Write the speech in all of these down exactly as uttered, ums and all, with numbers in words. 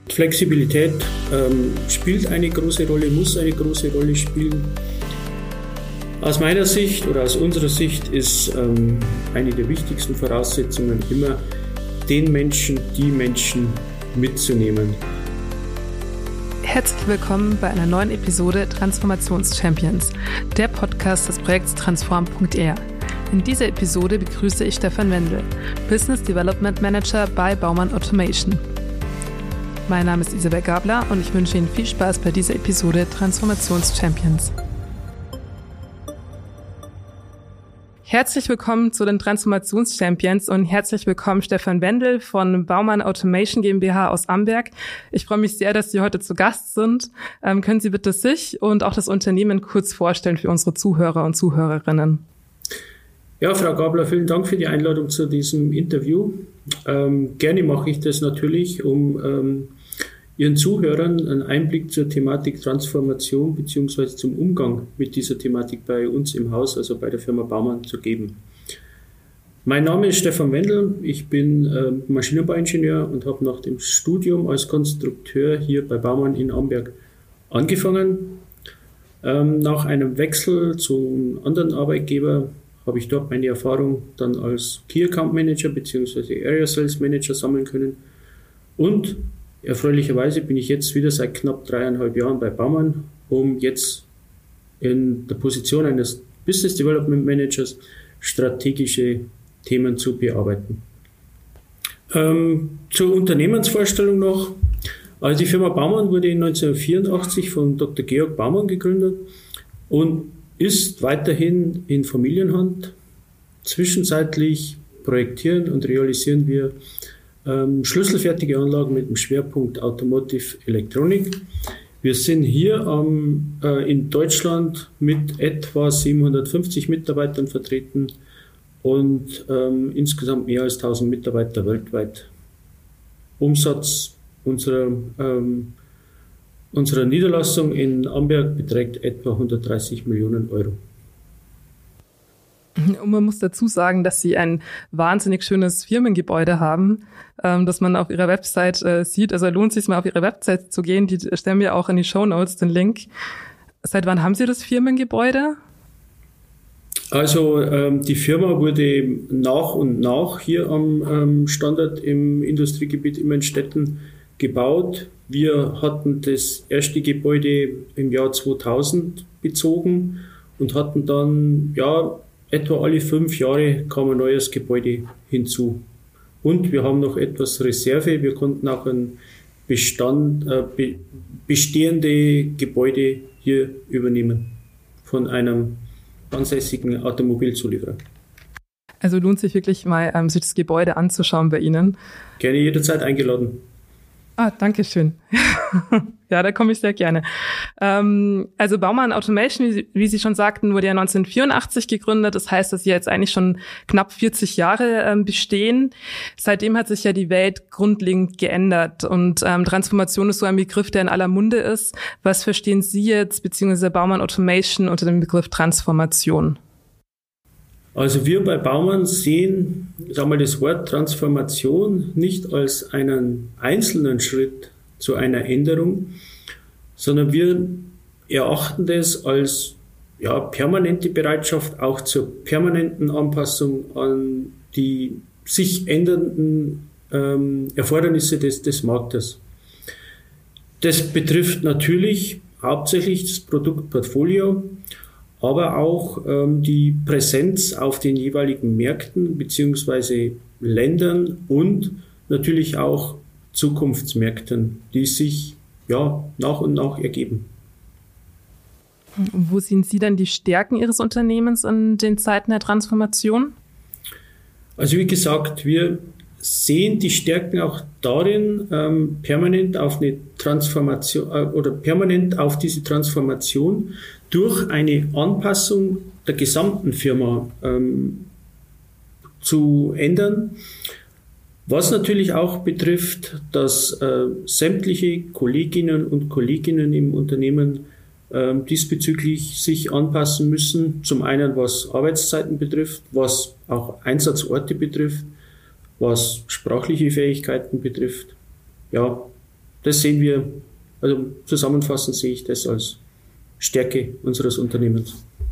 Flexibilität ähm, spielt eine große Rolle, muss eine große Rolle spielen. Aus meiner Sicht oder aus unserer Sicht ist ähm, eine der wichtigsten Voraussetzungen immer, den Menschen, die Menschen mitzunehmen. Herzlich willkommen bei einer neuen Episode Transformations-Champions, der Podcast des Projekts transform punkt e r. In dieser Episode begrüße ich Stefan Wendel, Business Development Manager bei Baumann Automation. Mein Name ist Isabel Gabler und ich wünsche Ihnen viel Spaß bei dieser Episode Transformations-Champions. Herzlich willkommen zu den Transformations-Champions und herzlich willkommen Stefan Wendel von Baumann Automation GmbH aus Amberg. Ich freue mich sehr, dass Sie heute zu Gast sind. Ähm, können Sie bitte sich und auch das Unternehmen kurz vorstellen für unsere Zuhörer und Zuhörerinnen? Ja, Frau Gabler, vielen Dank für die Einladung zu diesem Interview. Ähm, gerne mache ich das natürlich, um ähm, Ihren Zuhörern einen Einblick zur Thematik Transformation bzw. zum Umgang mit dieser Thematik bei uns im Haus, also bei der Firma Baumann, zu geben. Mein Name ist Stefan Wendel, ich bin äh, Maschinenbauingenieur und habe nach dem Studium als Konstrukteur hier bei Baumann in Amberg angefangen. Ähm, nach einem Wechsel zum anderen Arbeitgeber habe ich dort meine Erfahrung dann als Key Account Manager bzw. Area Sales Manager sammeln können und erfreulicherweise bin ich jetzt wieder seit knapp dreieinhalb Jahren bei Baumann, um jetzt in der Position eines Business Development Managers strategische Themen zu bearbeiten. Ähm, zur Unternehmensvorstellung noch. Also die Firma Baumann wurde neunzehnhundertvierundachtzig von Doktor Georg Baumann gegründet und ist weiterhin in Familienhand. Zwischenzeitlich projektieren und realisieren wir Ähm, schlüsselfertige Anlagen mit dem Schwerpunkt Automotive Elektronik. Wir sind hier ähm, äh, in Deutschland mit etwa siebenhundertfünfzig Mitarbeitern vertreten und ähm, insgesamt mehr als tausend Mitarbeiter weltweit. Umsatz unserer, ähm, unserer Niederlassung in Amberg beträgt etwa hundertdreißig Millionen Euro. Und man muss dazu sagen, dass Sie ein wahnsinnig schönes Firmengebäude haben, ähm, das man auf Ihrer Website äh, sieht. Also lohnt es sich mal auf Ihre Website zu gehen. Die stellen wir auch in die Shownotes den Link. Seit wann haben Sie das Firmengebäude? Also ähm, die Firma wurde nach und nach hier am ähm, Standort im Industriegebiet Immenstetten gebaut. Wir hatten das erste Gebäude im Jahr zweitausend bezogen und hatten dann, ja, etwa alle fünf Jahre kam ein neues Gebäude hinzu. Und wir haben noch etwas Reserve. Wir konnten auch ein Bestand, äh, be, bestehende Gebäude hier übernehmen von einem ansässigen Automobilzulieferer. Also lohnt sich wirklich mal, ähm, sich das Gebäude anzuschauen bei Ihnen. Gerne jederzeit eingeladen. Ah, danke schön. Ja, da komme ich sehr gerne. Ähm, also Baumann Automation, wie, wie Sie schon sagten, wurde ja neunzehnhundertvierundachtzig gegründet. Das heißt, dass Sie jetzt eigentlich schon knapp vierzig Jahre ähm, bestehen. Seitdem hat sich ja die Welt grundlegend geändert und ähm, Transformation ist so ein Begriff, der in aller Munde ist. Was verstehen Sie jetzt, beziehungsweise Baumann Automation unter dem Begriff Transformation? Also wir bei Baumann sehen, sagen wir, das Wort Transformation nicht als einen einzelnen Schritt zu einer Änderung, sondern wir erachten das als, ja, permanente Bereitschaft auch zur permanenten Anpassung an die sich ändernden ähm, Erfordernisse des, des Marktes. Das betrifft natürlich hauptsächlich das Produktportfolio, aber auch ähm, die Präsenz auf den jeweiligen Märkten bzw. Ländern und natürlich auch Zukunftsmärkten, die sich ja nach und nach ergeben. Wo sehen Sie dann die Stärken Ihres Unternehmens in den Zeiten der Transformation? Also wie gesagt, wir sehen die Stärken auch darin, ähm, permanent auf eine Transformation äh, oder permanent auf diese Transformation durch eine Anpassung der gesamten Firma ähm, zu ändern. Was natürlich auch betrifft, dass äh, sämtliche Kolleginnen und Kollegen im Unternehmen äh, diesbezüglich sich anpassen müssen. Zum einen was Arbeitszeiten betrifft, was auch Einsatzorte betrifft, was sprachliche Fähigkeiten betrifft. Ja, das sehen wir, also zusammenfassend sehe ich das als Stärke unseres Unternehmens.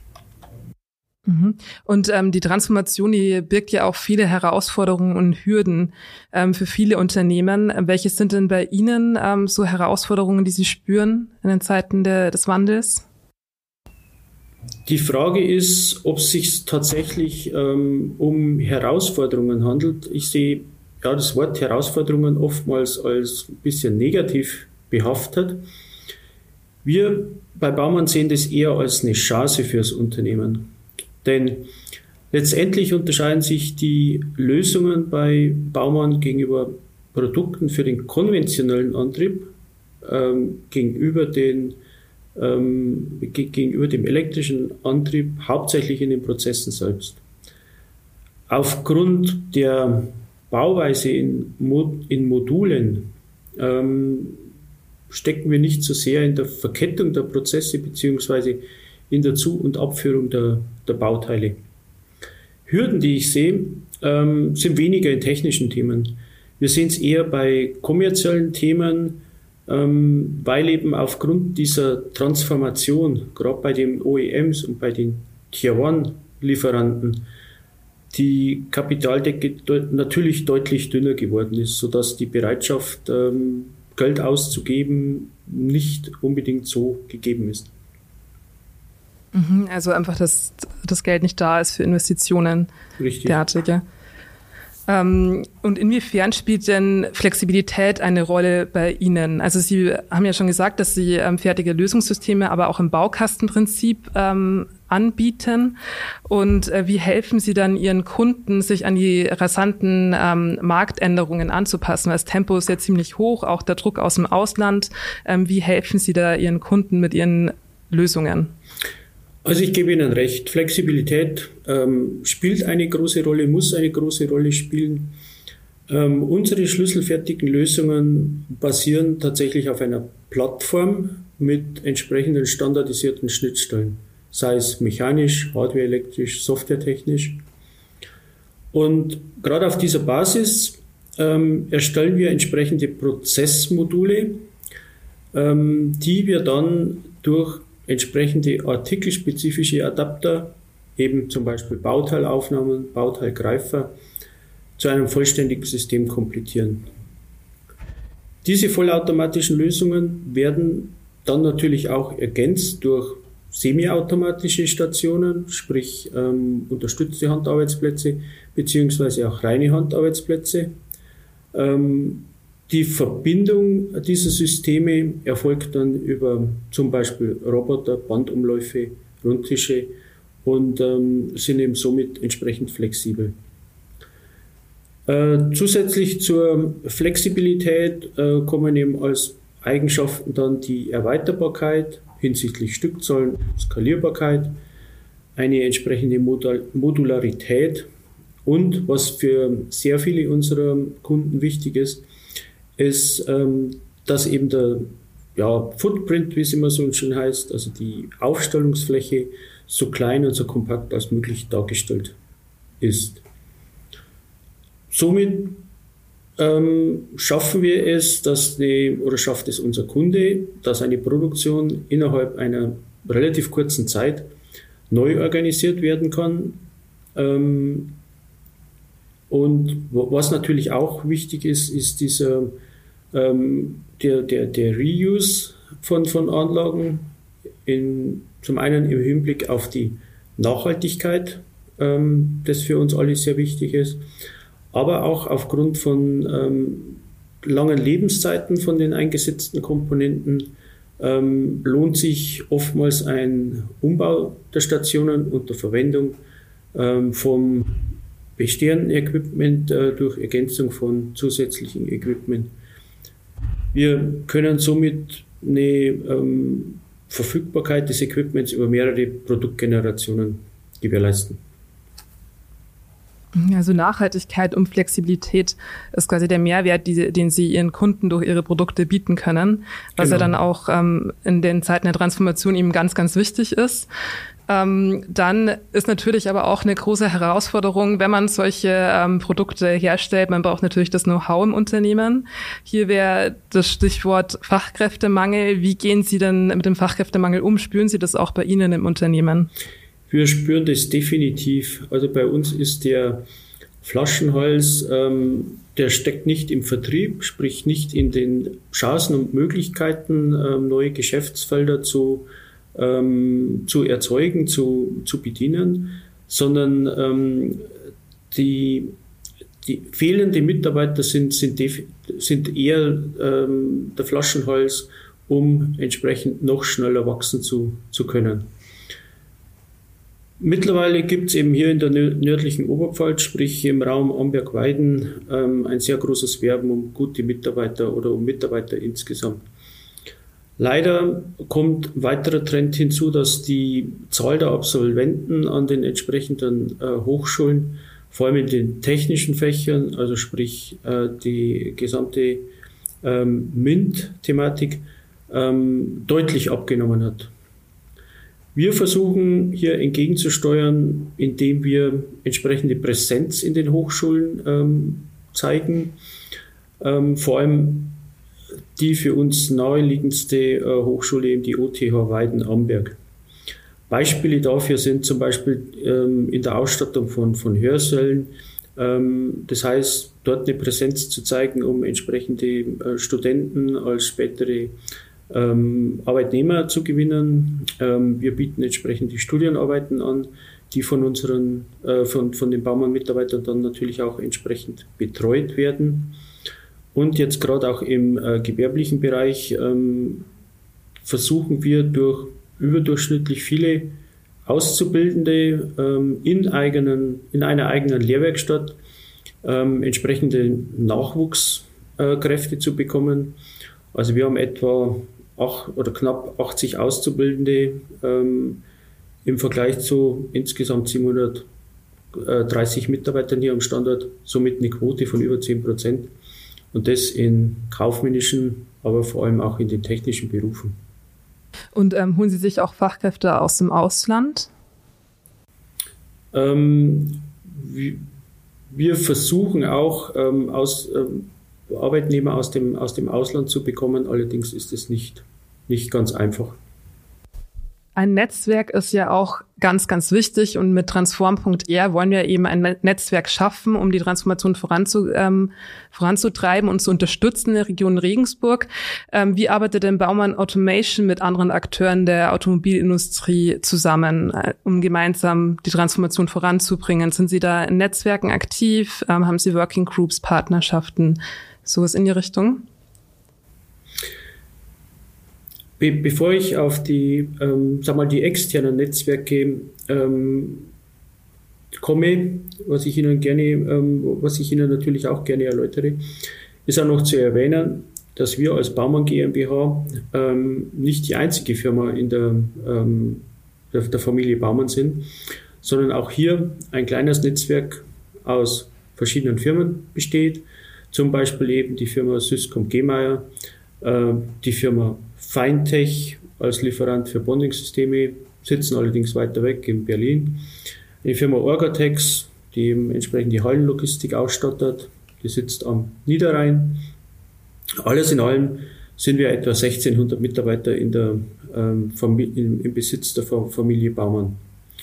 Und ähm, die Transformation, die birgt ja auch viele Herausforderungen und Hürden ähm, für viele Unternehmen. Welche sind denn bei Ihnen ähm, so Herausforderungen, die Sie spüren in den Zeiten der, des Wandels? Die Frage ist, ob es sich tatsächlich ähm, um Herausforderungen handelt. Ich sehe ja das Wort Herausforderungen oftmals als ein bisschen negativ behaftet. Wir bei Baumann sehen das eher als eine Chance fürs Unternehmen. Denn letztendlich unterscheiden sich die Lösungen bei Baumann gegenüber Produkten für den konventionellen Antrieb ähm, gegenüber, den, ähm, ge- gegenüber dem elektrischen Antrieb hauptsächlich in den Prozessen selbst. Aufgrund der Bauweise in, Mod- in Modulen ähm, stecken wir nicht so sehr in der Verkettung der Prozesse beziehungsweise in der Zu- und Abführung der, der Bauteile. Hürden, die ich sehe, ähm, sind weniger in technischen Themen. Wir sehen es eher bei kommerziellen Themen, ähm, weil eben aufgrund dieser Transformation, gerade bei den O E Ms und bei den Tier-One-Lieferanten, die Kapitaldecke de- natürlich deutlich dünner geworden ist, sodass die Bereitschaft, ähm, Geld auszugeben, nicht unbedingt so gegeben ist. Also einfach, dass das Geld nicht da ist für Investitionen. Richtig. Derartige. Ähm, und inwiefern spielt denn Flexibilität eine Rolle bei Ihnen? Also Sie haben ja schon gesagt, dass Sie ähm, fertige Lösungssysteme, aber auch im Baukastenprinzip ähm, anbieten. Und äh, wie helfen Sie dann Ihren Kunden, sich an die rasanten ähm, Marktänderungen anzupassen? Weil das Tempo ist ja ziemlich hoch, auch der Druck aus dem Ausland. Ähm, wie helfen Sie da Ihren Kunden mit Ihren Lösungen? Also ich gebe Ihnen recht, Flexibilität ähm, spielt eine große Rolle, muss eine große Rolle spielen. Ähm, unsere schlüsselfertigen Lösungen basieren tatsächlich auf einer Plattform mit entsprechenden standardisierten Schnittstellen, sei es mechanisch, hardwareelektrisch, softwaretechnisch. Und gerade auf dieser Basis ähm, erstellen wir entsprechende Prozessmodule, ähm, die wir dann durch entsprechende artikelspezifische Adapter, eben zum Beispiel Bauteilaufnahmen, Bauteilgreifer, zu einem vollständigen System komplettieren. Diese vollautomatischen Lösungen werden dann natürlich auch ergänzt durch semiautomatische Stationen, sprich ähm, unterstützte Handarbeitsplätze beziehungsweise auch reine Handarbeitsplätze. Ähm, Die Verbindung dieser Systeme erfolgt dann über zum Beispiel Roboter, Bandumläufe, Rundtische und ähm, sind eben somit entsprechend flexibel. Äh, zusätzlich zur Flexibilität äh, kommen eben als Eigenschaften dann die Erweiterbarkeit hinsichtlich Stückzahlen, Skalierbarkeit, eine entsprechende Modal- Modularität und, was für sehr viele unserer Kunden wichtig ist, ist, ähm, dass eben der ja, Footprint, wie es immer so schön heißt, also die Aufstellungsfläche so klein und so kompakt als möglich dargestellt ist. Somit ähm, schaffen wir es, dass die, oder schafft es unser Kunde, dass eine Produktion innerhalb einer relativ kurzen Zeit neu organisiert werden kann. Ähm, und was natürlich auch wichtig ist, ist dieser Ähm, der, der, der Reuse von, von Anlagen, in, zum einen im Hinblick auf die Nachhaltigkeit, ähm, das für uns alle sehr wichtig ist, aber auch aufgrund von ähm, langen Lebenszeiten von den eingesetzten Komponenten ähm, lohnt sich oftmals ein Umbau der Stationen unter Verwendung ähm, vom bestehenden Equipment äh, durch Ergänzung von zusätzlichem Equipment. Wir können somit eine ähm, Verfügbarkeit des Equipments über mehrere Produktgenerationen gewährleisten. Also Nachhaltigkeit und Flexibilität ist quasi der Mehrwert, die, den Sie Ihren Kunden durch Ihre Produkte bieten können, was genau. ja dann auch ähm, in den Zeiten der Transformation eben ganz, ganz wichtig ist. Ähm, dann ist natürlich aber auch eine große Herausforderung, wenn man solche ähm, Produkte herstellt. Man braucht natürlich das Know-how im Unternehmen. Hier wäre das Stichwort Fachkräftemangel. Wie gehen Sie denn mit dem Fachkräftemangel um? Spüren Sie das auch bei Ihnen im Unternehmen? Wir spüren das definitiv. Also bei uns ist der Flaschenhals, ähm, der steckt nicht im Vertrieb, sprich nicht in den Chancen und Möglichkeiten, ähm, neue Geschäftsfelder zu Ähm, zu erzeugen, zu, zu bedienen, sondern ähm, die, die fehlenden Mitarbeiter sind, sind, def- sind eher ähm, der Flaschenhals, um entsprechend noch schneller wachsen zu, zu können. Mittlerweile gibt es eben hier in der nördlichen Oberpfalz, sprich im Raum Amberg-Weiden, ähm, ein sehr großes Werben um gute Mitarbeiter oder um Mitarbeiter insgesamt. Leider kommt ein weiterer Trend hinzu, dass die Zahl der Absolventen an den entsprechenden äh, Hochschulen, vor allem in den technischen Fächern, also sprich äh, die gesamte ähm, MINT-Thematik, ähm, deutlich abgenommen hat. Wir versuchen hier entgegenzusteuern, indem wir entsprechende Präsenz in den Hochschulen ähm, zeigen, ähm, vor allem die für uns naheliegendste äh, Hochschule, eben die O T H Weiden-Amberg. Beispiele dafür sind zum Beispiel ähm, in der Ausstattung von, von Hörsälen. Ähm, das heißt, dort eine Präsenz zu zeigen, um entsprechende äh, Studenten als spätere ähm, Arbeitnehmer zu gewinnen. Ähm, wir bieten entsprechend die Studienarbeiten an, die von unseren, äh, von, von den Baumann-Mitarbeitern dann natürlich auch entsprechend betreut werden. Und jetzt gerade auch im äh, gewerblichen Bereich ähm, versuchen wir durch überdurchschnittlich viele Auszubildende ähm, in, eigenen, in einer eigenen Lehrwerkstatt ähm, entsprechende Nachwuchskräfte äh, zu bekommen. Also wir haben etwa acht oder knapp achtzig Auszubildende ähm, im Vergleich zu insgesamt siebenhundertdreißig Mitarbeitern hier am Standort, somit eine Quote von über zehn Prozent. Und das in kaufmännischen, aber vor allem auch in den technischen Berufen. Und ähm, holen Sie sich auch Fachkräfte aus dem Ausland? Ähm, wir, wir versuchen auch ähm, aus, ähm, Arbeitnehmer aus dem, aus dem Ausland zu bekommen, allerdings ist es nicht, nicht ganz einfach. Ein Netzwerk ist ja auch ganz, ganz wichtig und mit Transform Punkt R wollen wir eben ein Netzwerk schaffen, um die Transformation voranzu, ähm, voranzutreiben und zu unterstützen in der Region Regensburg. Ähm, wie arbeitet denn Baumann Automation mit anderen Akteuren der Automobilindustrie zusammen, äh, um gemeinsam die Transformation voranzubringen? Sind Sie da in Netzwerken aktiv? Ähm, haben Sie Working Groups, Partnerschaften, sowas in die Richtung? Be- bevor ich auf die, ähm, sag mal, die externen Netzwerke ähm, komme, was ich Ihnen gerne, ähm, was ich Ihnen natürlich auch gerne erläutere, ist auch noch zu erwähnen, dass wir als Baumann GmbH ähm, nicht die einzige Firma in der, ähm, der, der Familie Baumann sind, sondern auch hier ein kleines Netzwerk aus verschiedenen Firmen besteht, zum Beispiel eben die Firma Swisscom Gehmeyer, äh, die Firma Feintech als Lieferant für Bonding-Systeme, sitzen allerdings weiter weg in Berlin. Die Firma Orgatex, die eben entsprechend die Hallenlogistik ausstattet, die sitzt am Niederrhein. Alles in allem sind wir etwa sechzehnhundert Mitarbeiter in der, ähm, Familie, im, im Besitz der Familie Baumann.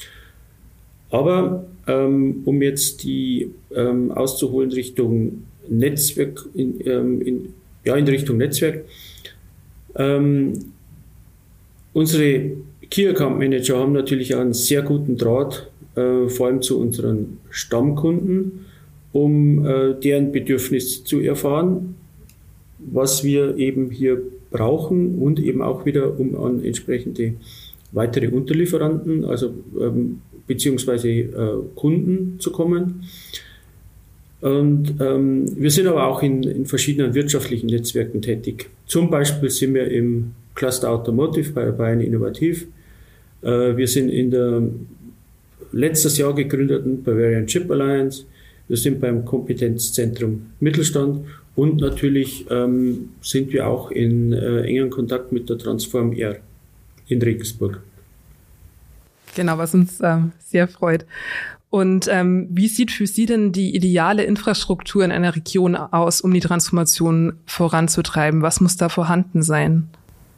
Aber ähm, um jetzt die ähm, auszuholen Richtung Netzwerk, in, ähm, in, ja, in Richtung Netzwerk, Ähm, unsere Key Account Manager haben natürlich auch einen sehr guten Draht, äh, vor allem zu unseren Stammkunden, um äh, deren Bedürfnisse zu erfahren, was wir eben hier brauchen und eben auch wieder, um an entsprechende weitere Unterlieferanten, also ähm, beziehungsweise äh, Kunden zu kommen. Und ähm, wir sind aber auch in, in verschiedenen wirtschaftlichen Netzwerken tätig. Zum Beispiel sind wir im Cluster Automotive bei Bayern Innovativ. Äh, wir sind in der letztes Jahr gegründeten Bavarian Chip Alliance. Wir sind beim Kompetenzzentrum Mittelstand und natürlich ähm, sind wir auch in äh, engem Kontakt mit der Transform R in Regensburg. Genau, was uns ähm, sehr freut. Und ähm, wie sieht für Sie denn die ideale Infrastruktur in einer Region aus, um die Transformation voranzutreiben? Was muss da vorhanden sein?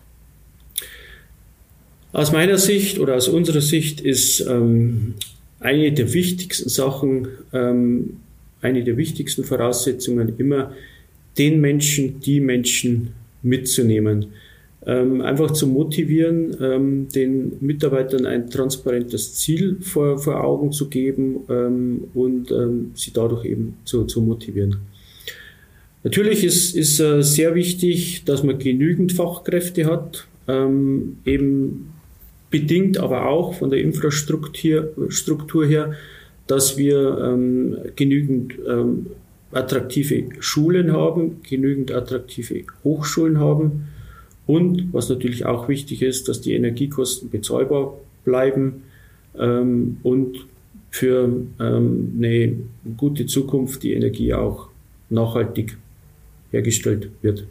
Aus meiner Sicht oder aus unserer Sicht ist ähm, eine der wichtigsten Sachen, ähm, eine der wichtigsten Voraussetzungen immer, den Menschen, die Menschen mitzunehmen. Ähm, einfach zu motivieren, ähm, den Mitarbeitern ein transparentes Ziel vor, vor Augen zu geben ähm, und ähm, sie dadurch eben zu, zu motivieren. Natürlich ist, ist äh, sehr wichtig, dass man genügend Fachkräfte hat, ähm, eben bedingt aber auch von der Infrastruktur Struktur her, dass wir ähm, genügend ähm, attraktive Schulen haben, genügend attraktive Hochschulen haben. Und was natürlich auch wichtig ist, dass die Energiekosten bezahlbar bleiben ähm, und für ähm, eine gute Zukunft die Energie auch nachhaltig hergestellt wird.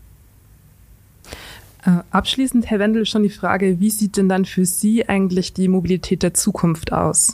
Äh, abschließend, Herr Wendel, schon die Frage, wie sieht denn dann für Sie eigentlich die Mobilität der Zukunft aus?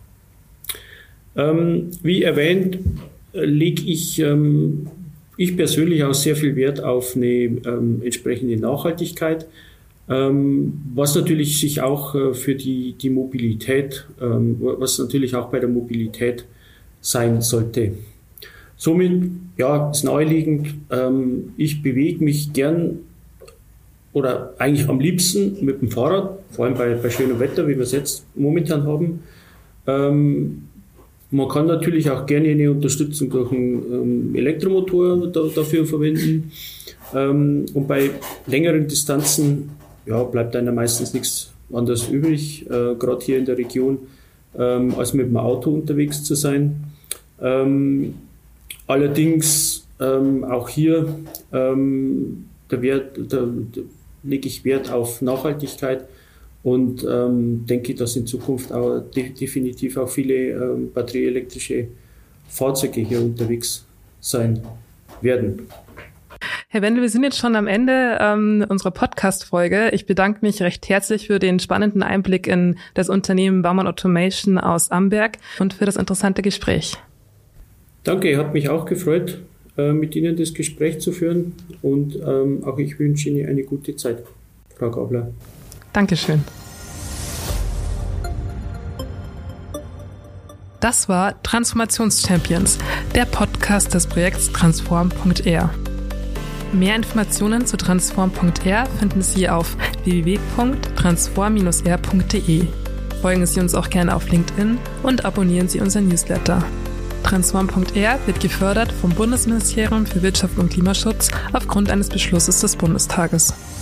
Ähm, wie erwähnt, äh, lege ich ähm, Ich persönlich auch sehr viel Wert auf eine ähm, entsprechende Nachhaltigkeit, ähm, was natürlich sich auch äh, für die, die Mobilität, ähm, was natürlich auch bei der Mobilität sein sollte. Somit, ja, ist naheliegend, ähm, ich bewege mich gern oder eigentlich am liebsten mit dem Fahrrad, vor allem bei, bei schönem Wetter, wie wir es jetzt momentan haben. Ähm, Man kann natürlich auch gerne eine Unterstützung durch einen ähm, Elektromotor da, dafür verwenden. Ähm, und bei längeren Distanzen ja, bleibt einem meistens nichts anderes übrig, äh, gerade hier in der Region, ähm, als mit dem Auto unterwegs zu sein. Ähm, allerdings ähm, auch hier ähm, der Wert, da, da lege ich Wert auf Nachhaltigkeit. Und ähm, denke, dass in Zukunft auch de- definitiv auch viele ähm, batterieelektrische Fahrzeuge hier unterwegs sein werden. Herr Wendel, wir sind jetzt schon am Ende ähm, unserer Podcast-Folge. Ich bedanke mich recht herzlich für den spannenden Einblick in das Unternehmen Baumann Automation aus Amberg und für das interessante Gespräch. Danke, hat mich auch gefreut, äh, mit Ihnen das Gespräch zu führen. Und ähm, auch ich wünsche Ihnen eine gute Zeit, Frau Gabler. Dankeschön. Das war Transformationschampions, der Podcast des Projekts transform punkt r. Mehr Informationen zu transform punkt r finden Sie auf w w w punkt transform Bindestrich r punkt d e. Folgen Sie uns auch gerne auf LinkedIn und abonnieren Sie unseren Newsletter. transform punkt r wird gefördert vom Bundesministerium für Wirtschaft und Klimaschutz aufgrund eines Beschlusses des Bundestages.